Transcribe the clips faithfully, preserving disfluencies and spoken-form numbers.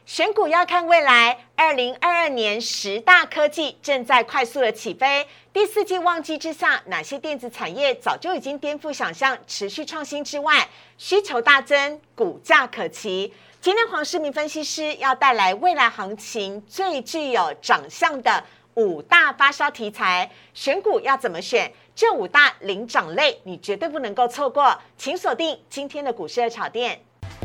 选股要看未来，二零二二年十大科技正在快速的起飞。第四季旺季之下，哪些电子产业早就已经颠覆想象，持续创新之外，需求大增，股价可期。今天黄世明分析师要带来未来行情最具有长相的五大发烧题材，选股要怎么选？这五大领涨类你绝对不能够错过，请锁定今天的股市热炒店。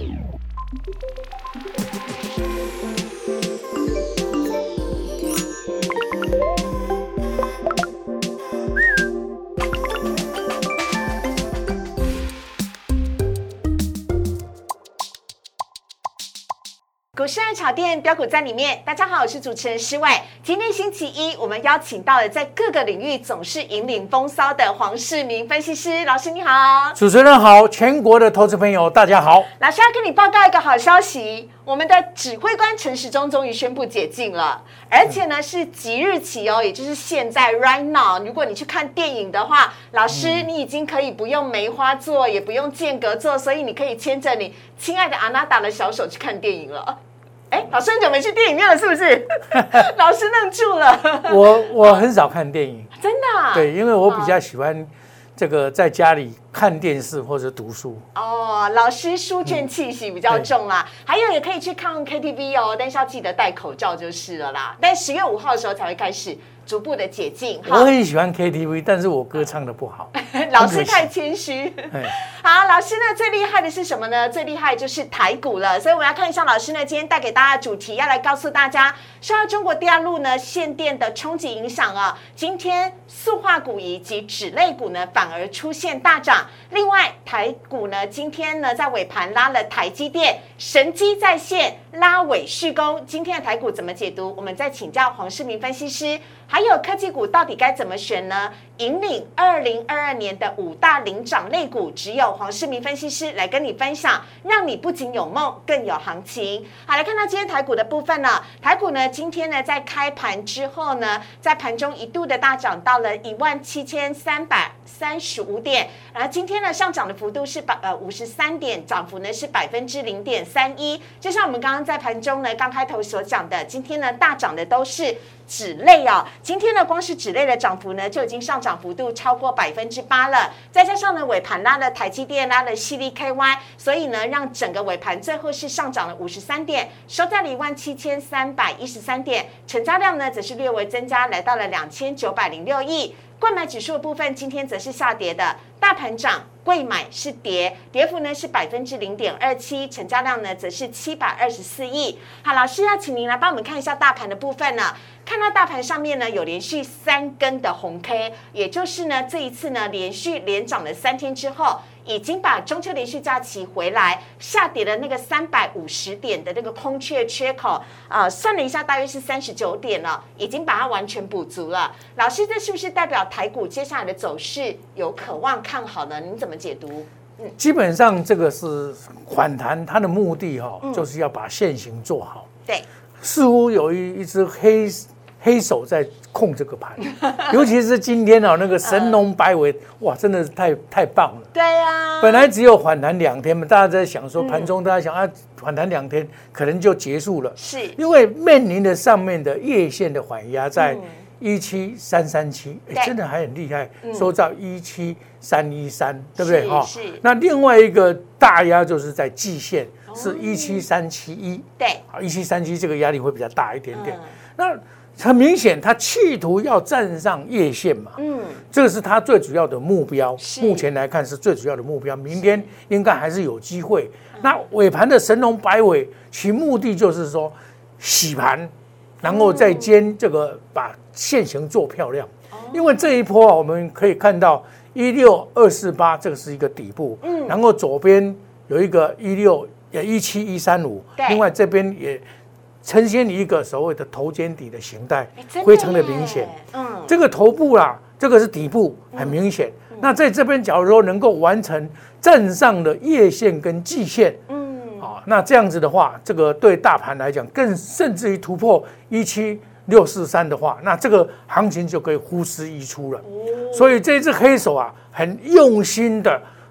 股市热炒店标股在里面，大家好，我是主持人施伟。今天星期一，我们邀请到了在各个领域总是引领风骚的黄世明分析师老师，你好。 主持人好，全国的投资朋友大家好。 老师要跟你报告一个好消息，我们的指挥官陈时中终于宣布解禁了，而且呢是即日起哦，也就是现在 right now。如果你去看电影的话，老师、嗯、你已经可以不用梅花座，也不用间隔座，所以你可以牵着你亲爱的阿娜达的小手去看电影了。哎，老师很久没去电影院了，是不是？老师愣住了。 我我很少看电影， 真的、啊？ 对，因为我比较喜欢这个在家里看电视或者读书。 哦，老师书卷气息比较重啦。嗯、还有也可以去看 K T V 哦，但是要记得戴口罩就是了啦。但十月五号的时候才会开始逐步的解禁。 我很喜欢 K T V， 但是我歌唱的不好。 老师太谦虚。好，老师呢最厉害的是什么呢？最厉害就是台股了。所以我们来看一下老师呢今天带给大家的主题，要来告诉大家，受到中国大陆呢限电的冲击影响啊，今天塑化股以及纸类股呢反而出现大涨。另外台股呢今天呢在尾盘拉了台积电，神机再现，拉尾续攻。今天的台股怎么解读？我们再请教黄世明分析师。还有科技股到底该怎么选呢？引领二零二二年的五大领涨类股，只有黄世明分析师来跟你分享，让你不仅有梦，更有行情。好，来看到今天台股的部分呢，台股呢今天呢在开盘之后呢，在盘中一度的大涨到了一万七千三百三十五点，然后今天呢上涨的幅度是百呃五十三点，涨幅呢是百分之零点三一。就像我们刚刚在盘中呢刚开头所讲的，今天呢大涨的都是纸类啊，今天呢光是纸类的涨幅呢就已经上涨幅度超过百分之八了，再加上呢尾盘拉了台积电，拉了矽力 K Y， 所以呢让整个尾盘最后是上涨了五十三点，收在了一万七千三百一十三点，成交量呢则是略微增加，来到了两千九百零六亿。柜买指数的部分今天则是下跌的，大盘涨，柜买是跌，跌幅呢是百分之零点二七，成交量呢则是七百二十四亿。好，老师要请您来帮我们看一下大盘的部分呢。看到大盘上面呢有连续三根的红 K， 也就是呢这一次呢连续连涨了三天之后，已经把中秋连续假期回来下跌的那个三百五十点的那个空缺缺口，呃，算了一下大约是三十九点了，已经把它完全补足了。老师，这是不是代表台股接下来的走势有渴望看好呢？您怎么解读？ 嗯，基本上这个是反弹，它的目的哈、哦嗯，就是要把现行做好。 对， 似乎有一一只黑黑手在控这个盘，尤其是今天啊，那个神龙摆尾、嗯，哇，真的是太太棒了。 对呀、啊， 本来只有反弹两天嘛，大家在想说盘中大家想、嗯、啊，反弹两天可能就结束了， 是因为面临的上面的月线的缓压在一七三三七，真的还很厉害，嗯、收到一七三一三，对不对哈？ 是。 那另外一个大压就是在季线。是一七三七一， 对， 一七三七这个压力会比较大一点点。嗯、那很明显，他企图要站上月线嘛，嗯，这个是他最主要的目标。目前来看是最主要的目标，明天应该还是有机会。那尾盘的神龙摆尾，其目的就是说洗盘，然后再兼这个把线型做漂亮。嗯、因为这一波啊，我们可以看到一六二四八这个是一个底部，嗯，然后左边有一个一六。也一七一三五，另外这边也呈现一个所谓的头肩底的形态，非常的明显。嗯，这个头部啦，这个是底部，很明显。嗯、那在这边，假如说能够完成站上的月线跟季线，嗯，啊，那这样子的话，这个对大盘来讲，更甚至于突破一七六四三的话，那这个行情就可以呼之欲出了。哦、所以这只黑手啊，很用心的。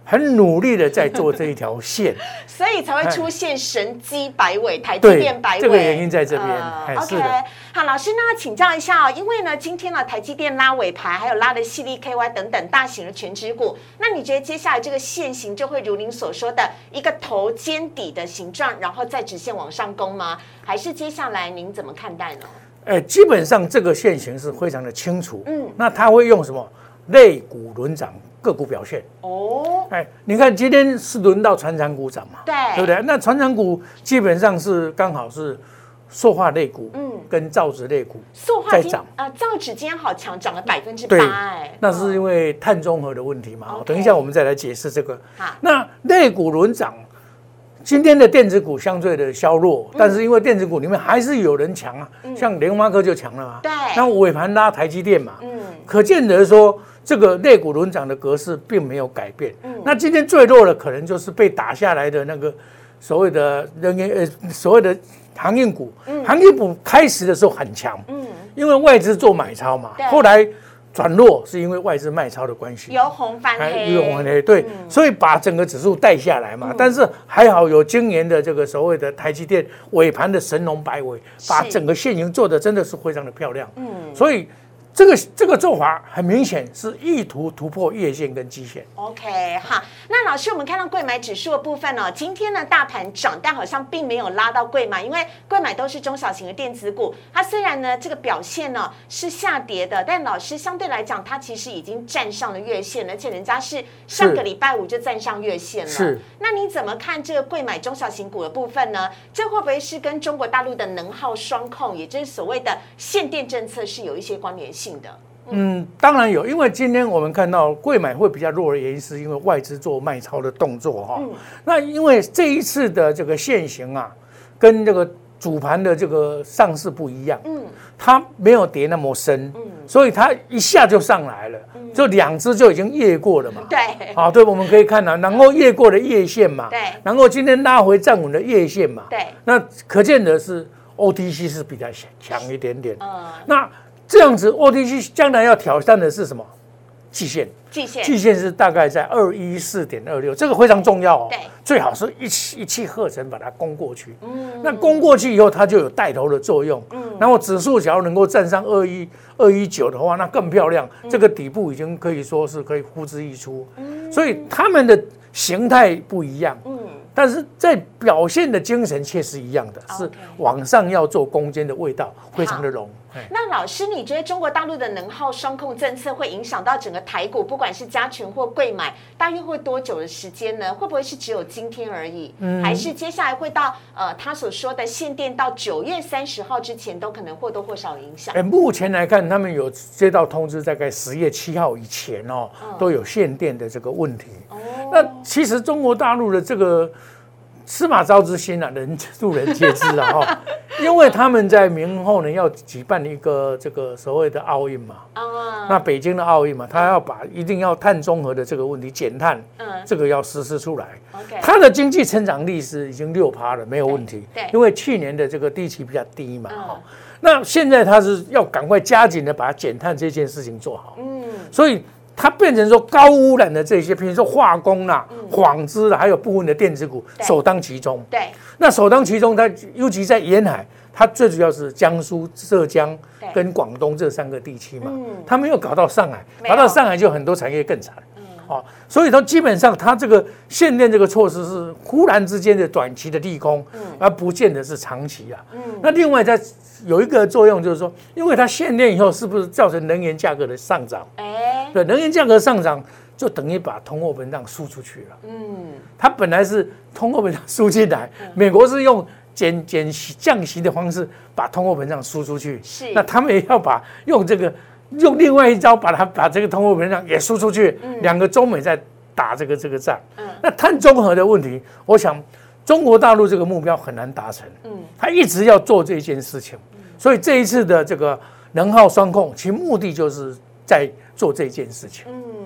很努力的在做这一条线， 所以才会出现神机百尾，台积电百尾， 这个原因在这边。 呃、OK， 好，老师呢，请教一下哦，因为呢，今天呢，台积电拉尾盘，还有拉的矽力 K Y 等等大型的全指股，那你觉得接下来这个线型就会如您所说的一个头肩底的形状，然后再直线往上攻吗？还是接下来您怎么看待呢？ 哎，基本上这个线型是非常的清楚。嗯，那它会用什么类股轮涨个股表现？哦，哎，你看今天是轮到传产股涨嘛？ 对， 对不对？那传产股基本上是刚好是塑化类股，嗯，跟造纸类股在涨啊。造纸今天好强，涨了百分之八，哎， 那是因为碳中和的问题嘛。等一下我们再来解释这个。好，那类股轮涨。今天的电子股相对的削弱，嗯、但是因为电子股里面还是有人强啊，嗯、像联发科就强了嘛。 对， 那尾盘拉台积电嘛，嗯，可见得说这个类股轮涨的格式并没有改变。嗯，那今天最弱的可能就是被打下来的那个所谓的能源呃所谓的航运股，嗯、航运股开始的时候很强，嗯，因为外资做买超嘛，后来。转弱是因为外资卖超的关系， 由红翻黑， 由红翻黑，对，嗯、所以把整个指数带下来嘛。嗯、但是还好有今年的这个所谓的台积电尾盘的神龙摆尾，把整个线型做的真的是非常的漂亮。嗯，所以这个这个做法很明显是意图突破月线跟季线。 OK， 好，那老师，我们看到柜买指数的部分哦，今天呢大盘涨，但好像并没有拉到柜买，因为柜买都是中小型的电子股，它虽然呢这个表现呢是下跌的，但老师相对来讲，它其实已经站上了月线了，而且人家是上个礼拜五就站上月线了。是，那你怎么看这个柜买中小型股的部分呢？这会不会是跟中国大陆的能耗双控，也就是所谓的限电政策是有一些关联性？的嗯，当然有，因为今天我们看到柜买会比较弱的原因，是因为外资做卖超的动作哈。嗯、那因为这一次的这个线型啊，跟这个主盘的这个上市不一样，嗯，它没有跌那么深，嗯，所以它一下就上来了，嗯、就两只就已经越过了嘛。 对， 好，对，我们可以看到，然后越过了月线嘛， 对， 然后今天拉回站稳了月线嘛， 对， 那可见的是 O T C 是比较强一点点，嗯，那。这样子 O T C 将来要挑战的是什么？季线， 季线， 季线是大概在二一四点二六，这个非常重要哦。 对， 最好是一气一气呵成把它攻过去。嗯，那攻过去以后，它就有带头的作用。嗯，然后指数只要能够站上二一二一九的话，那更漂亮。嗯、这个底部已经可以说是可以呼之欲出。嗯，所以他们的形态不一样。嗯。但是在表现的精神却是一样的，是往上要做攻坚的味道，非常的浓。 那老师，你觉得中国大陆的能耗双控政策会影响到整个台股，不管是加权或柜买，大约会多久的时间呢？会不会是只有今天而已？嗯，还是接下来会到呃他所说的限电到九月三十号之前，都可能或多或少影响？ 哎，目前来看，他们有接到通知，大概十月七号以前哦，嗯、都有限电的这个问题。哦，那其实中国大陆的这个。司马昭之心啊，人路人皆知啊哈，因为他们在明后呢要举办一个这个所谓的奥运嘛，啊，那北京的奥运嘛，他要把一定要碳中和的这个问题减碳，嗯，这个要实施出来。OK， 它的经济成长率是已经六趴了，没有问题。对，因为去年的这个地期比较低嘛，哈，那现在他是要赶快加紧的把它减碳这件事情做好，嗯，所以。它变成说高污染的这些，比如说化工啦、纺织啦，还有部分的电子股首当其冲。 对， 那首当其冲，它尤其在沿海，它最主要是江苏、浙江跟广东这三个地区嘛。嗯，它没有搞到上海，搞到上海就很多产业更惨。嗯，哦，所以说基本上它这个限电这个措施是忽然之间的短期的利空，嗯，而不见得是长期啊。嗯，那另外在有一个作用就是说，因为它限电以后，是不是造成能源价格的上涨？哎，对，能源价格上涨就等于把通货膨胀输出去了。嗯，它本来是通货膨胀输进来，美国是用减减息降息的方式把通货膨胀输出去。是，那他们也要把用这个用另外一招把它把这个通货膨胀也输出去。嗯，两个中美在打这个这个仗。嗯，那碳中和的问题，我想。中国大陆这个目标很难达成，嗯，他一直要做这件事情，所以这一次的这个能耗双控，其目的就是在做这件事情。嗯，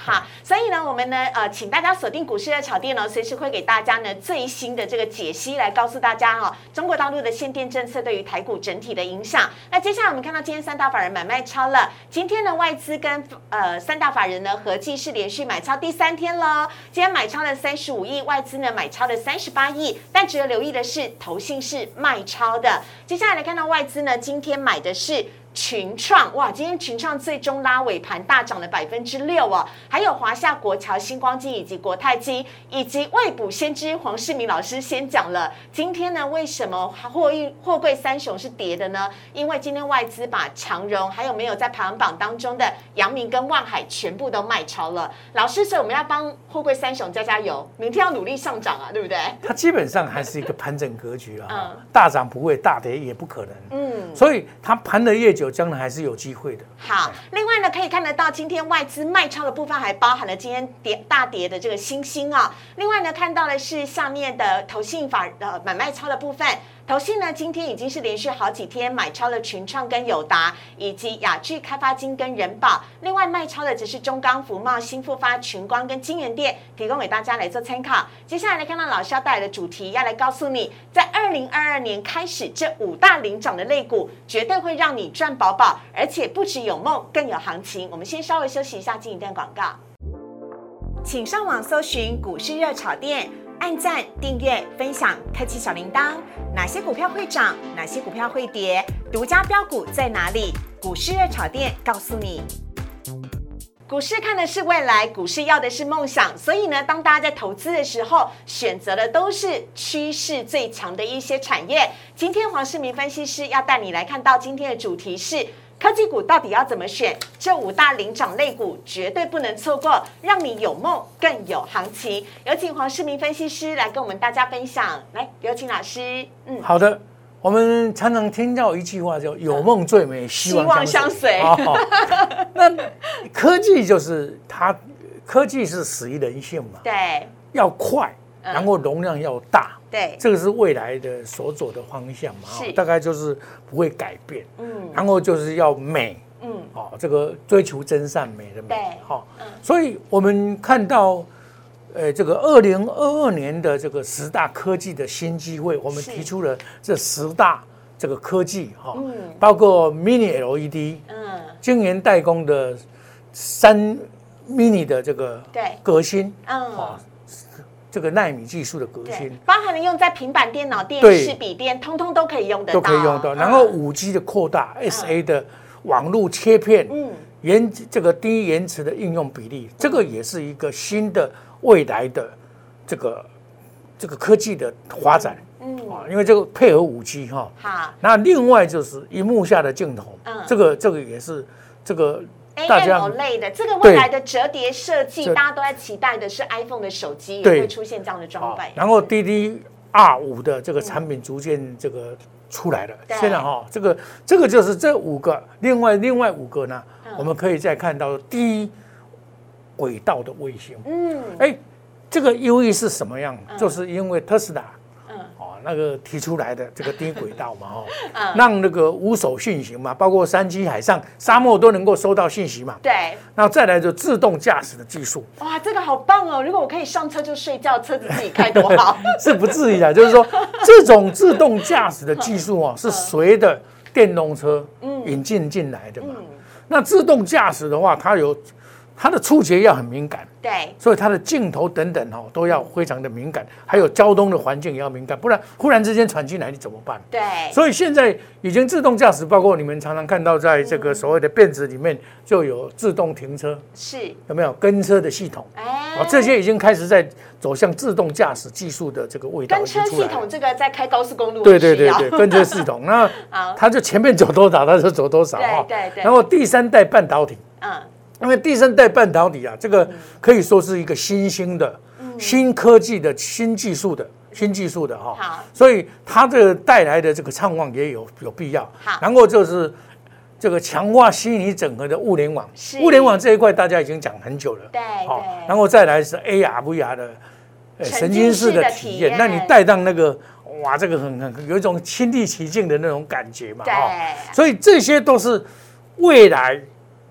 好，所以呢，我们呢，呃，请大家锁定股市热炒店哦，随时会给大家呢最新的这个解析，来告诉大家哦，中国大陆的限电政策对于台股整体的影响。那接下来我们看到今天三大法人买卖超了，今天呢外资跟呃三大法人呢合计是连续买超第三天了，今天买超了三十五亿，外资呢买超了三十八亿，但值得留意的是，投信是卖超的。接下来来看到外资呢，今天买的是群创，哇，今天群创最终拉尾盘大涨了百分之六哦，还有华夏国桥、星光金以及国泰金，以及未卜先知黄世明老师先讲了，今天呢为什么货运货柜三雄是跌的呢？因为今天外资把长荣还有没有在排行榜当中的阳明跟万海全部都卖超了。老师，所以我们要帮货柜三雄加加油，明天要努力上涨啊，对不对？ 它基本上还是一个盘整格局啊，嗯、大涨不会，大跌也不可能，嗯，所以它盘的越久，将来还是有机会的。 好，另外呢，可以看得到今天外资卖超的部分还包含了今天跌大跌的这个星星啊。另外呢，看到的是下面的投信法呃买卖超的部分。投信呢，今天已经是连续好几天买超了群创跟友达，以及雅聚开发金跟人保。另外卖超的则是中钢、福茂、新复发、群光跟金源店，提供给大家来做参考。接下来来看到老师要带来的主题，要来告诉你，在二零二二年开始，这五大领涨的类股绝对会让你赚饱饱，而且不只有梦，更有行情。我们先稍微休息一下，进一段广告。请上网搜寻股市热炒店。按赞、订阅、分享，开启小铃铛。哪些股票会涨？哪些股票会跌？独家标股在哪里？股市热炒店告诉你。股市看的是未来，股市要的是梦想，所以呢，当大家在投资的时候，选择的都是趋势最强的一些产业。今天黄世明分析师要带你来看到今天的主题是。科技股到底要怎么选？这五大领涨类股绝对不能错过，让你有梦更有行情。有请黄世明分析师来跟我们大家分享。来，有请老师。 嗯，好的。我们常常听到一句话叫“有梦最美，希望相随”。哦、那科技就是它，科技是死于人性嘛。 对。 要快，然后容量要大。 对， 这个是未来的所走的方向嘛，大概就是不会改变，嗯，然后就是要美，嗯，哦，这个追求真善美的美，对，好，嗯，所以我们看到，呃，这个二零二二年的这个十大科技的新机会，我们提出了这十大这个科技哈，嗯，包括 Mini L E D， 嗯，晶圆代工的三 Mini 的这个革新，嗯，啊。这个奈米技术的革新， 包含了用在平板电脑、电视、笔电，通通都可以用得到， 都可以用到。然后五 G 的扩大、嗯、S A 的网络切片，嗯，延这个低延迟的应用比例，这个也是一个新的未来的这个这个科技的发展，嗯啊，因为这个配合五 G 哈，好。那另外就是萤幕下的镜头，嗯，这个这个也是这个。 A M O 类的这个未来的折叠设计，大家都在期待的是 iPhone 的手机也会出现这样的装备。 然后 D D R 五 的这个产品逐渐这个出来了。现在哈，这个这个就是这五个，另外另外五个呢，我们可以再看到低轨道的卫星。嗯，哎，这个优异是什么样？就是因为特斯拉。那个提出来的这个低轨道嘛，哦，让那个无手讯息嘛，包括山区、海上、沙漠都能够收到信息嘛。 对。 那再来就自动驾驶的技术。 哇，这个好棒哦！如果我可以上车就睡觉，车子自己开多好。 是不至于的，就是说这种自动驾驶的技术啊，是随着电动车引进进来的嘛。嗯、那自动驾驶的话，它有它的触觉要很敏感。 对， 所以它的镜头等等哈都要非常的敏感，还有交通的环境也要敏感，不然忽然之间闯进来你怎么办？ 对， 所以现在已经自动驾驶，包括你们常常看到在这个所谓的电子里面就有自动停车， 是有没有跟车的系统？哎，这些已经开始在走向自动驾驶技术的这个味道。 跟车系统这个在开高速公路， 对对对对，跟车系统，那它就前面走多少它就走多少哈。 对对。 然后第三代半导体，嗯。因为第三代半导体啊，这个可以说是一个新兴的、嗯、新科技的新技术的新技术的哈、哦，所以它这个带来的这个畅旺也有有必要。然后就是这个强化虚拟整合的物联网，物联网这一块大家已经讲很久了， 对，好、哦， 然后再来是 A R、V R 的神经式的体验，那你带上那个哇，这个很很有一种亲临其境的那种感觉嘛，对、哦，所以这些都是未来。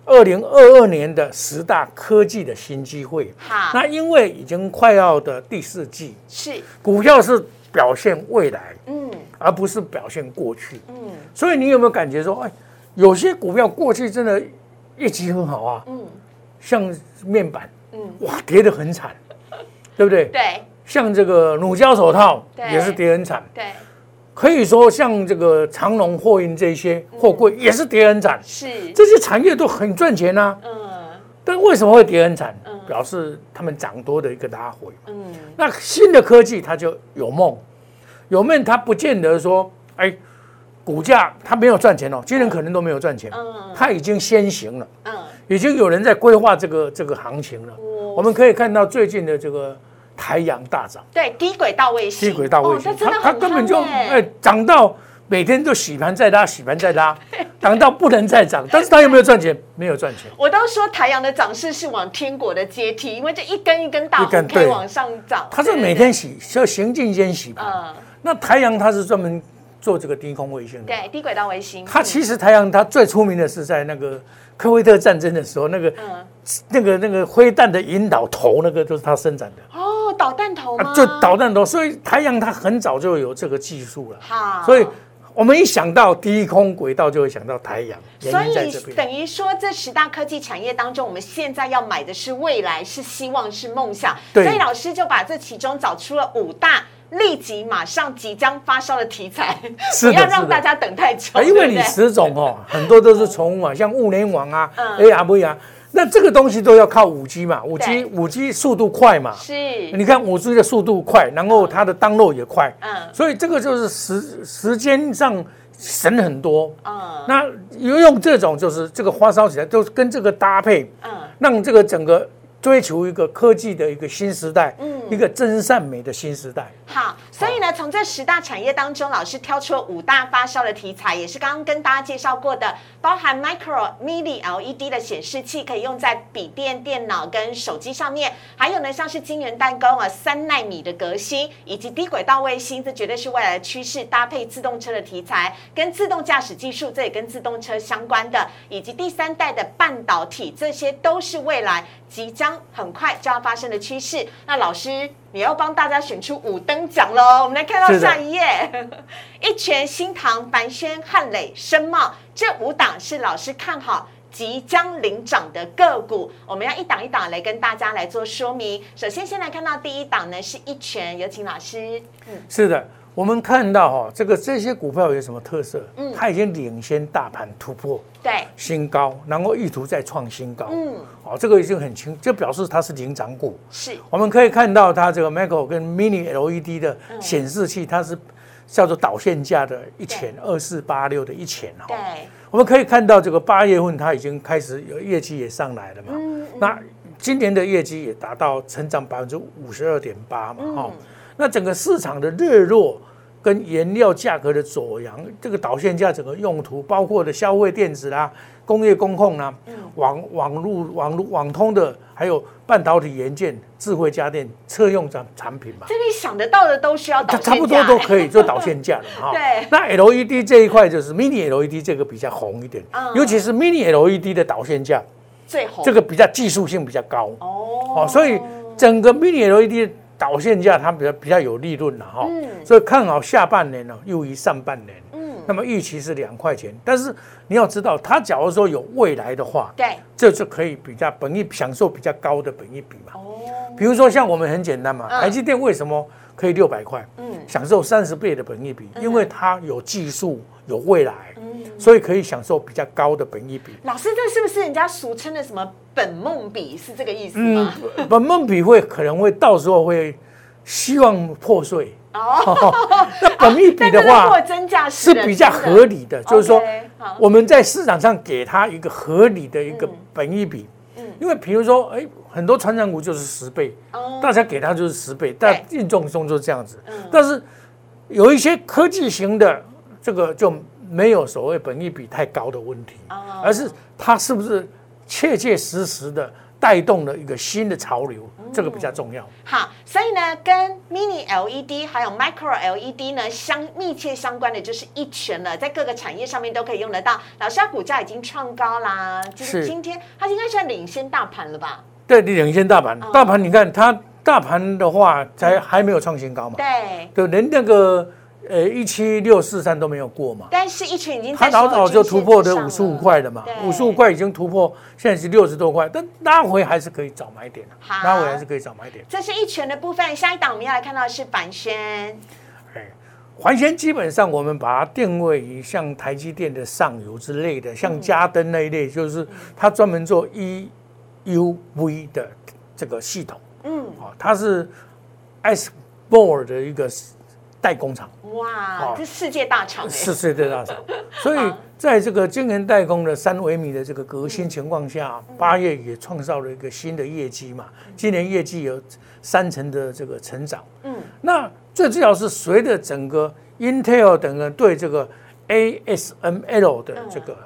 二零二二年的十大科技的新机会。 好， 那因为已经快要的第四季， 是股票是表现未来， 嗯而不是表现过去。 嗯所以你有没有感觉说，哎，有些股票过去真的业绩很好啊， 嗯像面板， 嗯， 哇，跌得很惨，对不对？ 对像这个乳胶手套对也是跌很惨， 对可以说像这个长荣、货运这些货柜也是跌很惨， 是， 这些产业都很赚钱啊。 嗯但为什么会跌很惨嗯？ 表示他们涨多的一个拉回。 嗯那新的科技它就有梦，有梦它不见得说，哎，股价它没有赚钱哦，今年可能都没有赚钱， 嗯它已经先行了， 嗯， 已经有人在规划这个这个行情了。 哦我们可以看到最近的这个台阳大涨， 对，低轨道卫星， 低轨道卫星， 哦、它它它根本就哎、 哎涨到每天都洗盘再拉，洗盘再拉，涨到不能再涨。但是它有没有赚钱？没有赚钱。 我都说台阳的涨势是往天国的阶梯，因为这一根一根大一根红 K 往上涨， 它是每天洗，就行进间洗盘。 嗯， 那台阳它是专门做这个低空卫星的。 对，低轨道卫星。 它其实台阳它最出名的是在那个科威特战争的时候，那个、 嗯、 那个那个灰弹的引导头，那个都是它生产的。 哦，导弹头吗？ 啊，就导弹头，所以台阳它很早就有这个技术了。 好， 所以我们一想到低空轨道，就会想到台阳。 所以等于说，这十大科技产业当中，我们现在要买的是未来，是希望，是梦想。所以老师就把这其中找出了五大立即马上即将发烧的题材，不要让大家等太久。 因为你十种哦，很多都是宠物嘛，像物联网啊、 嗯、 A R V 啊。那这个东西都要靠五 G 嘛，五 G 五 G 速度快嘛， 是， 你看五 G 的速度快，然后它的download也快， 嗯， 所以这个就是时时间上省很多， 嗯， 那用这种就是这个发烧起来，都跟这个搭配， 嗯， 让这个整个追求一个科技的一个新时代，嗯，一个真善美的新时代。 好，所以呢，从这十大产业当中，老师挑出了五大发烧的题材，也是刚刚跟大家介绍过的，包含 Micro Mini L E D 的显示器，可以用在笔电、电脑跟手机上面，还有呢，像是晶圆代工啊，三奈米的革新，以及低轨道卫星，这绝对是未来的趋势。搭配自动车的题材，跟自动驾驶技术，这也跟自动车相关的，以及第三代的半导体，这些都是未来即将很快就要发生的趋势。那老师，你要帮大家选出五等奖喽！我们来看到下一页，一拳、新唐、凡轩、汉磊、申茂这五档是老师看好即将领涨的个股，我们要一档一档来跟大家来做说明。首先，先来看到第一档呢是一拳，有请老师。 嗯，是的。我们看到哈、哦，这个这些股票有什么特色？嗯，它已经领先大盘突破对新高，然后意图再创新高。 嗯， 哦，这个已经很清，就表示它是领涨股。 是， 我们可以看到它这个 Macro 跟 Mini L E D 的显示器，嗯、它是叫做导线价的一钱二四八六的一钱哈。 对， 我们可以看到这个八月份它已经开始有业绩也上来了嘛。嗯嗯、那今年的业绩也达到成长百分之五十二点八嘛哈。嗯那整个市场的热络跟原料价格的走扬，这个导线价整个用途，包括的消费电子啦、工业工控啦、嗯、网网路网路网通的，还有半导体元件、智慧家电、车用产产品嘛。 这里想得到的都需要导线价， 差不多都可以做导线价的哈。 对。 那 L E D 这一块就是 Mini L E D 这个比较红一点，嗯、尤其是 Mini L E D 的导线价最红， 这个比较技术性比较高哦。 哦，所以整个 Mini L E D。导线价它比较比较有利润了哈，嗯、所以看好下半年呢，优于上半年。嗯，那么预期是两块钱，但是你要知道，它假如说有未来的话， 对， 这就可以比较本益享受比较高的本益比嘛。哦，比如说像我们很简单嘛，嗯、台积电为什么可以六百块？嗯，享受三十倍的本益比，嗯、因为它有技术有未来，嗯、所以可以享受比较高的本益比。 老师，这是不是人家俗称的什么？本梦比是这个意思吗？ 嗯，本梦比会可能会到时候会希望破碎哦。那本益比的话是比较合理的，就是说我们在市场上给它一个合理的一个本益比。嗯，因为比如说，哎，很多传产股就是十倍，大家给它就是十倍，但运动中就是这样子。但是有一些科技型的这个就没有所谓本益比太高的问题，而是它是不是？切切实实的带动了一个新的潮流，这个比较重要。 好，所以呢，跟 Mini L E D 还有 Micro L E D 呢相密切相关的就是一拳了，在各个产业上面都可以用得到。老师，它股价已经创高啦，就是今天它应该算领先大盘了吧？ 对，领先大盘。大盘你看它大盘的话，才还没有创新高嘛？ 对， 对，连那个。呃，一七六四三都没有过嘛， 但是一拳已经它老早就突破的五十五块了嘛，五十五块已经突破，现在是六十多块，但拉回还是可以找买点的，拉回还是可以找买点。 这是一拳的部分，下一档我们要来看到的是环宣。 哎，环宣基本上我们把它定位于像台积电的上游之类的，像嘉登那一类，就是它专门做 E U V 的这个系统，嗯，啊，它是 S B O R 的一个代工厂。 哇，这世界大厂， 是世界大厂，所以在这个晶圆代工的三微米的这个革新情况下，八月也创造了一个新的业绩嘛，今年业绩有三成的这个成长。嗯，那最主要是随着整个 Intel 等人对这个 A S M L 的这个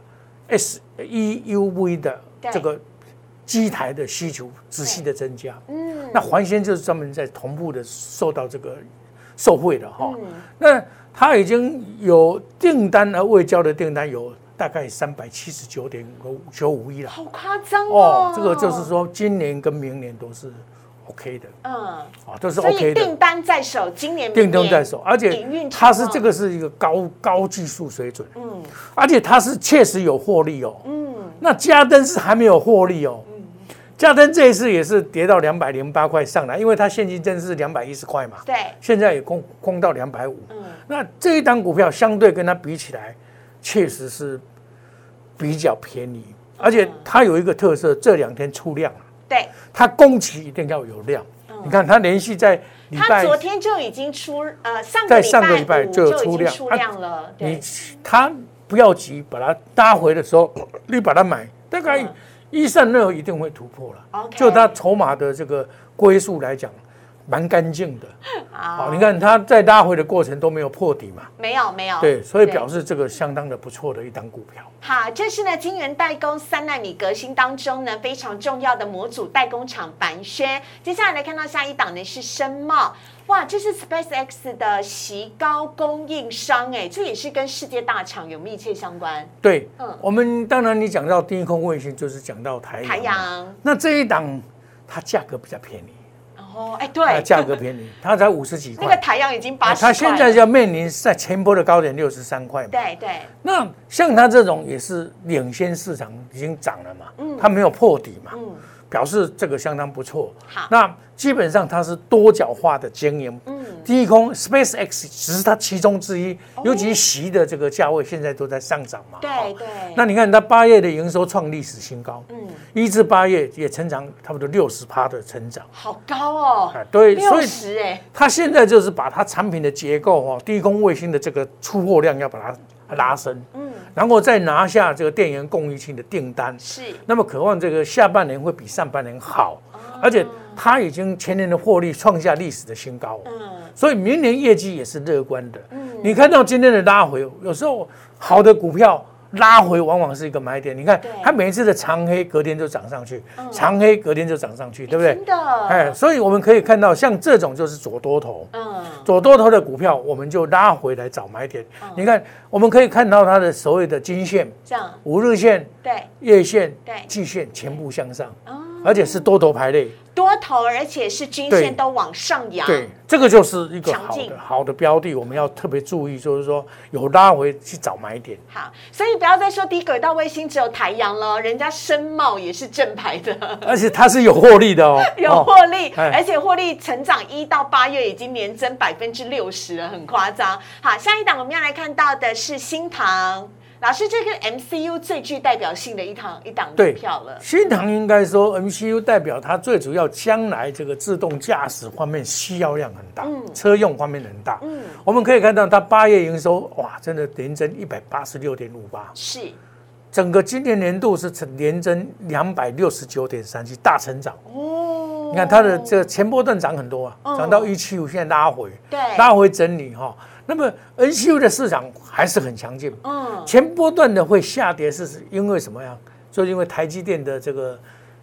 S E U V 的这个机台的需求仔细的增加，嗯，那环宣就是专门在同步的受到这个受惠的哈，嗯、那它已经有订单而未交的订单有大概三百七十九点九五亿了， 好夸张哦！ 这个就是说今年跟明年都是 OK 的，嗯，啊都是 OK 的，订单在手，今年订单在手，而且它是这个是一个高高技术水准，嗯，而且它是确实有获利哦，嗯，那嘉登是还没有获利哦。嘉登这一次也是跌到两百零八块上来，因为它现金增是两百一十块嘛， 对， 现在也攻攻到两百五。嗯，那这一档股票相对跟它比起来，确实是比较便宜，而且它有一个特色，这两天出量了。 对， 它供给一定要有量。嗯、你看它连续在礼拜， 它昨天就已经出，呃，上个礼拜在上个礼拜就有出量， 出量了。啊、 你它不要急，把它搭回的时候，你把它买，大概。嗯一三六一定会突破了， okay, 就它筹码的这个归数来讲，蛮干净的。好、哦，你看它在拉回的过程都没有破底嘛？ 没有，没有。 对，所以表示这个相当的不错的一档股票。 好，这是呢晶圆代工三奈米革新当中呢非常重要的模组代工厂凡轩。接下来来看到下一档呢是深茂。哇，这是 SpaceX 的矽高供应商，哎，这也是跟世界大厂有密切相关。 对，嗯，我们当然你讲到低空卫星，就是讲到台阳。 台阳， 那这一档它价格比较便宜。 哦，哎，对， 价格便宜，它才五十几块。 那个台阳已经八十块。 它现在要面临在前波的高点六十三块嘛。 对对。 那像它这种也是领先市场，已经涨了嘛，嗯，它没有破底嘛，嗯。表示这个相当不错。 好， 那基本上它是多角化的经营。嗯，低空 SpaceX 只是它其中之一，哦、尤其矽的这个价位现在都在上涨嘛。 对对。 那你看它八月的营收创历史新高，嗯，一至八月也成长差不多六十趴的成长， 好高哦。 啊，对， 六十哎。 它现在就是把它产品的结构哦，低空卫星的这个出货量要把它拉升，嗯，然后再拿下这个电源供应器的订单， 是。 那么渴望这个下半年会比上半年好，哦、而且它已经前年的获利创下历史的新高，嗯，所以明年业绩也是乐观的。嗯，你看到今天的拉回，有时候好的股票拉回往往是一个买点。你看它每一次的长黑隔天就涨上去，嗯、长黑隔天就涨上去，对不对？ 真的， 哎，所以我们可以看到像这种就是左多头，嗯，左多头的股票我们就拉回来找买点。嗯、你看，我们可以看到它的所谓的金线、 这样五日线、 对月线、 对季线全部向上，哦、而且是多头排列。 多头，而且是均线都往上扬， 对，这个就是一个好的好的标的，我们要特别注意，就是说有拉回去找买点。 好，所以不要再说低轨道卫星只有台阳了，人家深茂也是正牌的， 而且它是有获利的哦， 有获利，哦、而且获利成长一到八月已经年增百分之六十了，很夸张。好，下一档我们要来看到的是新唐。老师，这个 M C U 最具代表性的一档一档股票了。 新唐应该说 M C U 代表它最主要将来这个自动驾驶方面需要量很大，嗯、车用方面很大。嗯，我们可以看到它八月营收哇，真的年增一百八十六点五八， 是整个今年年度是年增两百六十九点三七，大成长。哦，你看它的这个前波段涨很多啊，哦、涨到一七五，现在拉回， 对， 拉回整理哈。那么 N C U 的市场还是很强劲，嗯，前波段的会下跌是因为什么呀？就是因为台积电的这个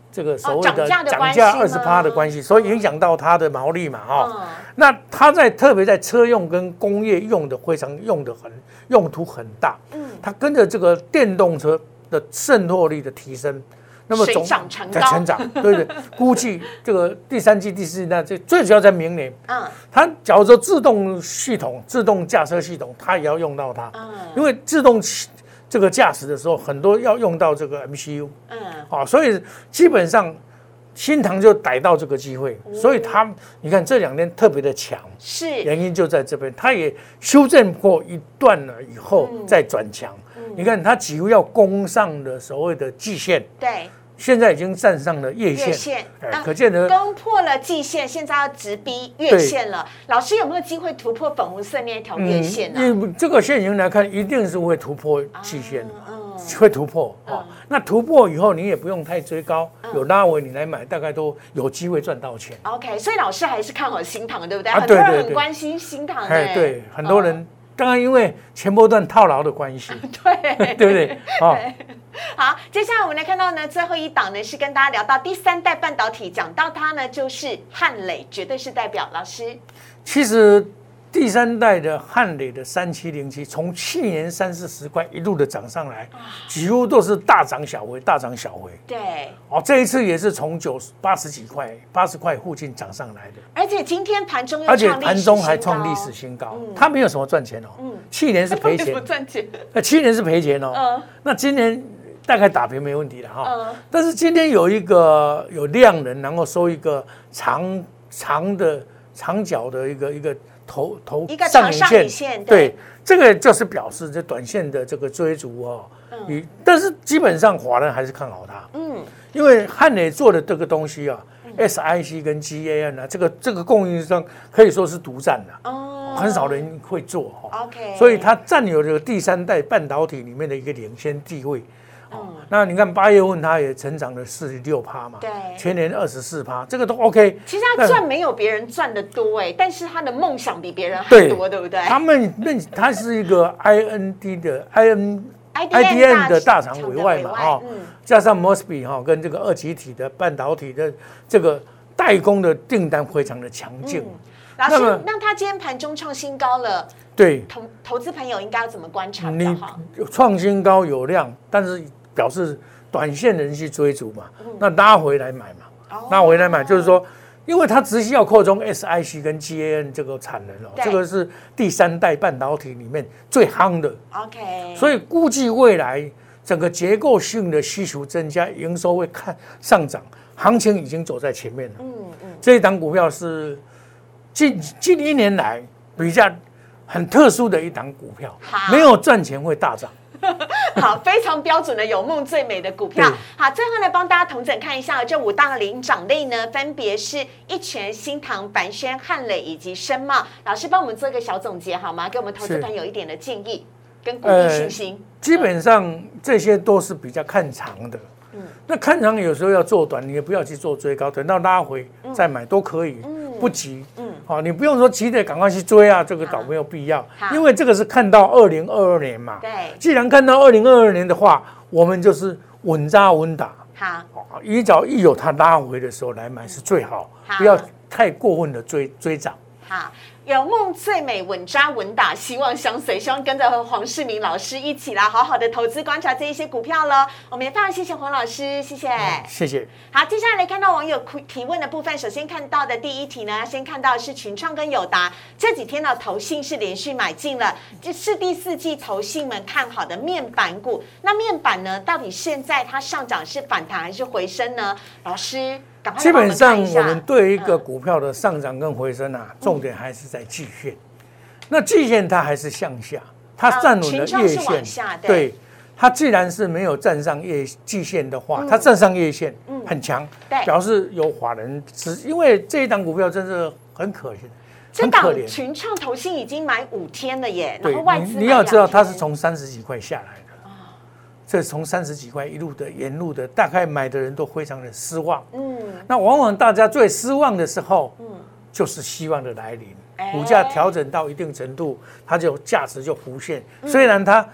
这个所谓的涨价二十趴的关系，所以影响到它的毛利嘛，哈、嗯。那它在特别在车用跟工业用的非常用的很用途很大，嗯，它跟着这个电动车的渗透力的提升， 那么总在成长，对对，估计这个第三季、第四季，那这最主要在明年，嗯，它假如说自动系统、自动驾车系统，它也要用到它，嗯，因为自动这个驾驶的时候，很多要用到这个 M C U， 嗯，好，所以基本上新唐就逮到这个机会，哦、所以它你看这两天特别的强， 是原因就在这边，它也修正过一段了以后、嗯、再转强。嗯、你看它几乎要攻上的所谓的季线， 对， 现在已经站上了月线，月线哎、 可见得攻破了季线，现在要直逼月线了。老师有没有机会突破粉红色那一条月线呢、啊？ 嗯、这个线型来看，一定是会突破季线的。啊嗯会突破哦，嗯、那突破以后你也不用太追高，嗯、有拉回你来买，大概都有机会赚到钱。 OK， 所以老师还是看好新唐，对不对？啊、很多人很关心新唐、欸， 哎，对，很多人、嗯、当然因为前波段套牢的关系， 对， 对不对？哦， 好，接下来我们来看到呢，最后一档呢是跟大家聊到第三代半导体，讲到它呢就是汉磊，绝对是代表。老师， 其实。第三代的汉磊的三七零七，从去年三四十块一路的涨上来，几乎都是大涨小回，大涨小回。 对， 哦，这一次也是从九八十几块、八十块附近涨上来的。 而且今天盘中又而且盘中还创历史新高，嗯、它没有什么赚钱哦。嗯，去年是赔钱， 不赚钱。 那去年是赔钱哦。嗯，那今年大概打平没问题了哈。嗯，但是今天有一个有量能，然后收一个长长的长角的一个一个。头头上影线， 对，这个就是表示这短线的这个追逐哦。嗯，但是基本上华人还是看好它。嗯，因为汉磊做的这个东西啊 ，S I C 跟 G A N 啊，这个这个供应商可以说是独占的。哦，很少人会做哈。 OK， 所以它占有这个第三代半导体里面的一个领先地位。哦，那你看八月份它也成长了四十六趴嘛， 对， 全年二十四趴，这个都 OK。 其实它赚没有别人赚的多哎，但是他的梦想比别人还多，对不对？ 他们那它是一个 I N D 的 I N I D M 的大厂委外嘛，哈，加上 Mosby 哈跟这个二极体的半导体的这个代工的订单非常的强劲。 老师，那他今天盘中创新高了。 对， 投投资朋友应该要怎么观察比较好？ 你创新高有量，但是表示短线人去追逐嘛，嗯、那拉回来买嘛，哦、拉回来买就是说，因为它只需要扩充 S I C 跟 G A N 这个产能哦，这个是第三代半导体里面最夯的。 OK， 所以估计未来整个结构性的需求增加，营收会看上涨，行情已经走在前面了。嗯嗯，这一档股票是近近一年来比较。很特殊的一档股票，没有赚钱会大涨。 好，非常标准的有梦最美的股票。好，最后呢，帮大家统整看一下这五大领涨类呢，分别是一拳、新唐、凡轩、汉磊以及深茂。老师帮我们做一个小总结好吗？给我们投资朋友一点的建议跟鼓励信心。呃、 基本上这些都是比较看长的。嗯，那看长有时候要做短，你也不要去做追高，等到拉回再买都可以，嗯、不急。嗯。好，你不用说急着赶快去追啊，这个倒没有必要，因为这个是看到二零二二年嘛。 对， 既然看到二零二二年的话，我们就是稳扎稳打。 好， 一早一有它拉回的时候来买是最好，不要太过分的追追涨。 好，有梦最美，稳扎稳打，希望相随，希望跟着黄世明老师一起来好好的投资观察这一些股票了。我们也非常谢谢黄老师，谢谢， 嗯、谢谢。 好，接下来来看到网友提问的部分，首先看到的第一题呢，先看到的是群创跟友达这几天的投信是连续买进了，这是第四季投信们看好的面板股。那面板呢，到底现在它上涨是反弹还是回升呢？老师。 基本上，我们对一个股票的上涨跟回升啊，重点还是在季线。那季线它还是向下，它站稳了月线。对，它既然是没有站上月季线的话，它站上月线很强，表示有法人只因为这一档股票真是很可惜， 很可怜。群创投信已经买五天了耶，然后外资你要知道它是从三十几块下来的。这从三十几块一路的沿路的，大概买的人都非常的失望。嗯，那往往大家最失望的时候，嗯，就是希望的来临。股价调整到一定程度，它就价值就浮现。虽然它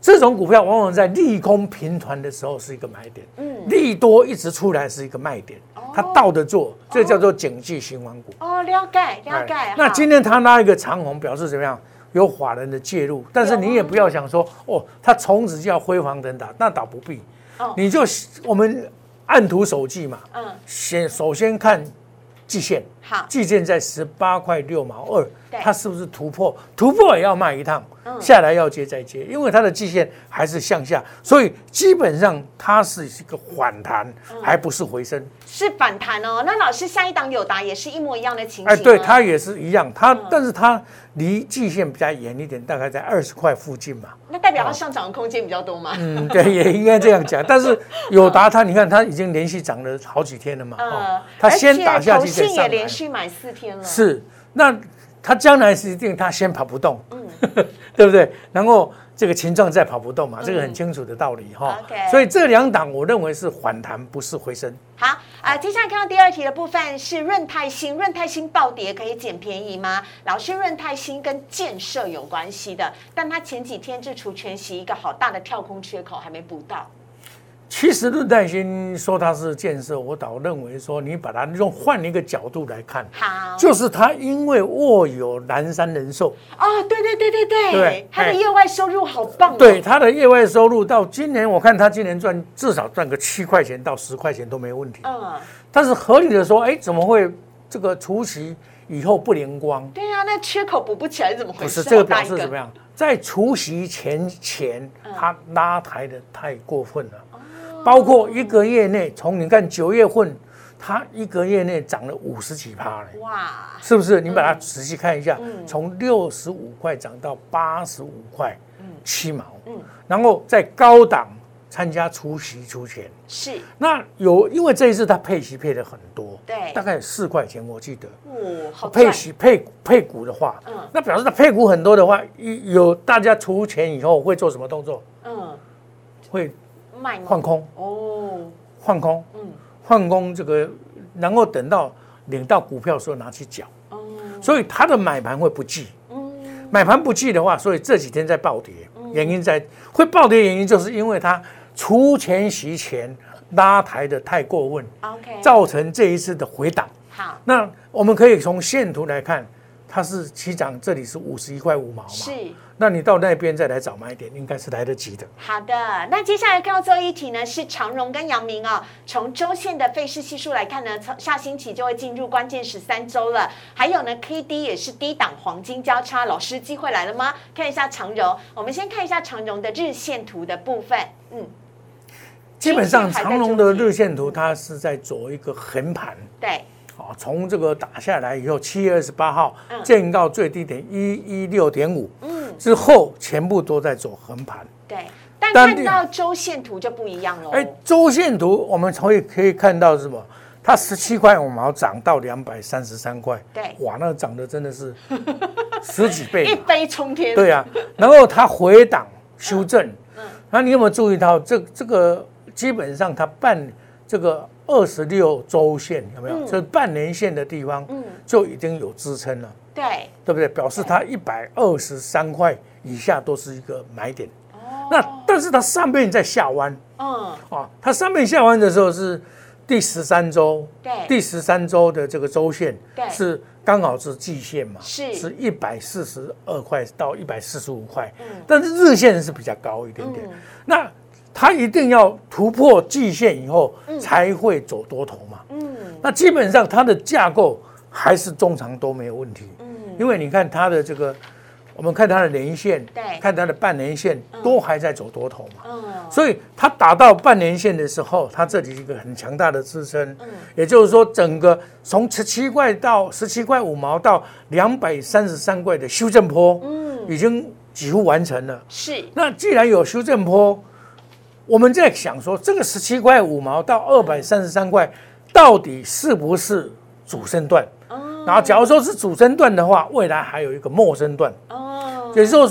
这种股票往往在利空频传的时候是一个买点，嗯，利多一直出来是一个卖点，哦、它倒着做，这叫做景气循环股。 哦，了解了解。 那今天它拉一个长红，表示怎么样？有法人的介入，但是你也不要想说，哦，它从此就要辉煌腾达，那倒不必。哦、你就我们按图手记嘛，嗯，先首先看季线，好，季线在十八块六毛二，它是不是突破？突破也要卖一趟，嗯、下来要接再接，因为它的季线还是向下，所以基本上它是一个反弹，嗯、还不是回升， 是反弹哦。那老师下一档友达也是一模一样的情形， 哎，对，它也是一样，它、嗯、但是它离季线比较远一点，大概在二十块附近嘛。 那代表它上涨的空间比较多吗？ 嗯，对，也应该这样讲。但是友达它，你看它已经连续涨了好几天了嘛，呃， 它先打下去再上来， 也连续买四天了。 是，那它将来是一定它先跑不动，嗯，对不对？然后这个群众再跑不动嘛，这个很清楚的道理哈。 OK， 所以这两档我认为是反弹，不是回升。 好啊、呃，接下来看到第二题的部分是润泰新，润泰新暴跌可以捡便宜吗？老师，润泰新跟建设有关系的，但它前几天就除权息一个好大的跳空缺口还没补到。 其实润泰新说它是建设，我倒认为说你把它用换一个角度来看， 好， 就是它因为握有南山人寿哦，对对对对对，对，它的业外收入好棒、哦， 对，它的业外收入到今年我看它今年赚至少赚个七块钱到十块钱都没问题，嗯，但是合理的说，哎，怎么会这个除息以后不灵光？ 对啊，那缺口补不起来怎么回事？ 不是这个表示怎么样？在除息前前，它拉抬的太过分了。包括一个月内，从你看九月份，它一个月内涨了五十几趴嘞，哇，是不是？你把它仔细看一下，从六十五块涨到八十五块，七毛，嗯，然后在高档参加除息除权， 是。 那有因为这一次它配息配的很多， 对， 大概有四块钱，我记得， 哦，好配息配配股的话，嗯，那表示它配股很多的话，有大家除权以后会做什么动作？嗯，会。换空哦，换空，嗯，换空这个，然后等到领到股票的时候拿去缴，哦，所以它的买盘会不济，嗯，买盘不济的话，所以这几天在暴跌，嗯、原因在会暴跌原因就是因为它除权息前拉抬的太过分 ，OK， 造成这一次的回档。 好， 那我们可以从线图来看。它是起涨，这里是五十一块五毛嘛， 是， 那你到那边再来找买点，应该是来得及的。 好的，那接下来看到最后一题呢，是长荣跟阳明哦。从周线的费氏系数来看呢，下星期就会进入关键十三周了。还有呢 ，K D 也是低档黄金交叉，老师机会来了吗？看一下长荣，我们先看一下长荣的日线图的部分，嗯， 基本上长荣的日线图它是在走一个横盘， 对。 从这个打下来以后，七月二十八号见到最低点一一六点五，嗯，之后全部都在走横盘。 对，但看到周线图就不一样了。 哎，周线图我们可以可以看到什么？它十七块五毛涨到两百三十三块， 对， 哇，那涨的真的是十几倍， 一飞冲天。 对啊，然后它回档修正，嗯，那你有没有注意到这这个基本上它半这个。二十六周线有没有？就是半年线的地方，就已经有支撑了。 对， 对不对？表示它一百二十三块以下都是一个买点。哦，那但是它上面在下弯。嗯，啊，它上面下弯的时候是第十三周， 对， 第十三周的这个周线， 对， 是刚好是季线嘛， 是是一百四十二块到一百四十五块。嗯，但是日线是比较高一点点。那它一定要突破季线以后才会走多头嘛。嗯，那基本上它的架构还是中长都没有问题。嗯，因为你看它的这个，我们看它的年线， 对， 看它的半年线都还在走多头嘛。嗯，所以它打到半年线的时候，它这里是一个很强大的支撑。嗯，也就是说，整个从十七块到十七块五毛到两百三十三块的修正波，嗯，已经几乎完成了。 是， 那既然有修正波。我们在想说，这个十七块五毛到二百三十三块，到底是不是主升段？哦，然后假如说是主升段的话，未来还有一个末升段。哦，也就是说，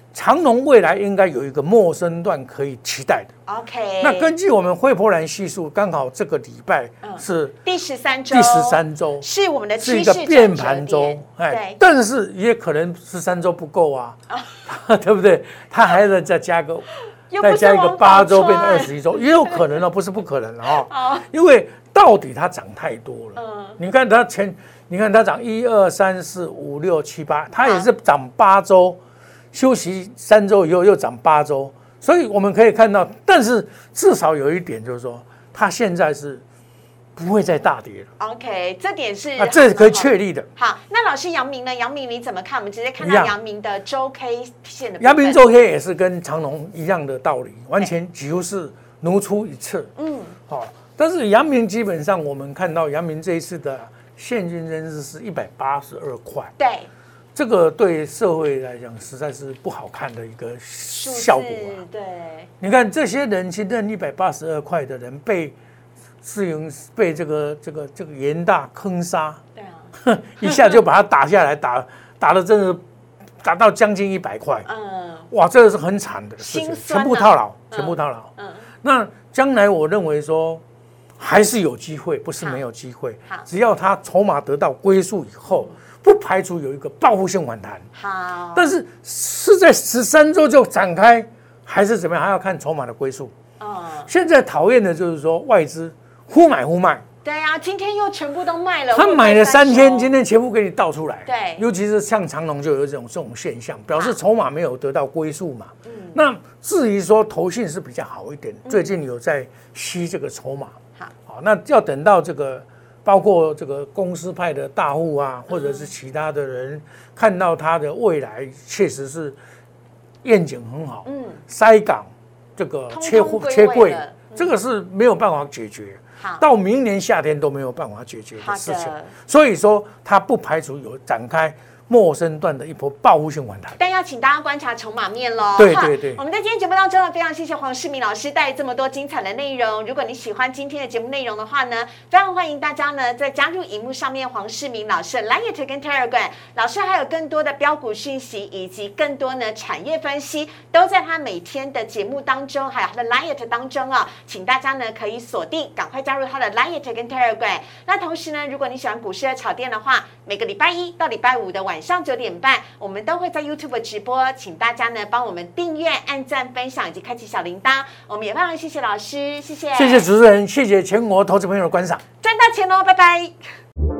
长荣未来应该有一个末升段可以期待的。 OK， 那根据我们惠波兰系数，刚好这个礼拜是第十三周， 第十三周是我们的是一个变盘周， 哎， 但是也可能十三周不够啊，对不对？它还得再加个。再加一个八周变成二十一周，也有可能哦，不是不可能哦。因为到底它涨太多了。嗯，你看它前，你看它涨一二三四五六七八，它也是涨八周，休息三周以后又涨八周，所以我们可以看到，但是至少有一点就是说，它现在是不会再大跌了。 OK， 这点是啊，这是可以确立的。 好，那老师阳明呢？阳明你怎么看？我们直接看到阳明的周 K 线的。 阳明周 K 也是跟长荣一样的道理，完全几乎是如出一辙。嗯，好，但是阳明基本上我们看到阳明这一次的现金增资是一百八十二块。 对， 这个对社会来讲实在是不好看的一个效果啊。 对， 你看这些人去认一百八十二块的人被。自营被这个这个这个严大坑杀， 对啊， 一下就把它打下来，打打的真的打到将近一百块，嗯，哇，这个是很惨的事情，全部套牢，全部套牢。嗯，那将来我认为说还是有机会，不是没有机会，只要它筹码得到归宿以后，不排除有一个报复性反弹。 好， 但是是在十三周就展开，还是怎么样，还要看筹码的归宿。嗯，现在讨厌的就是说外资。忽买忽卖， 对呀、啊，今天又全部都卖了。 他买了三天，今天全部给你倒出来。 对， 尤其是像长荣就有这种这种现象，表示筹码没有得到归宿嘛。嗯，那至于说投信是比较好一点，最近有在吸这个筹码。好，好，那要等到这个包括这个公司派的大户啊，或者是其他的人看到它的未来确实是愿景很好，嗯，塞港这个切货切柜，这个是没有办法解决。到明年夏天都没有办法解决的事情，所以说它不排除有展开末升段的一波报复性反弹， 但要请大家观察筹码面喽。 对对对， 我们在今天节目当中呢，非常谢谢黄世明老师带来这么多精彩的内容。如果你喜欢今天的节目内容的话呢，非常欢迎大家呢再加入荧幕上面黄世明老师的 Line 跟 Telegram， 老师还有更多的标股讯息以及更多呢产业分析，都在他每天的节目当中，还有他的 Line 当中啊，请大家呢可以锁定，赶快加入他的 Line 跟 Telegram。那同时呢，如果你喜欢股市的炒店的话，每个礼拜一到礼拜五的晚上九点半，我们都会在 YouTube 直播，请大家呢帮我们订阅、按赞、分享以及开启小铃铛。我们也非常谢谢老师，谢谢， 谢谢主持人，谢谢全国投资朋友的观赏， 赚大钱喽，拜拜。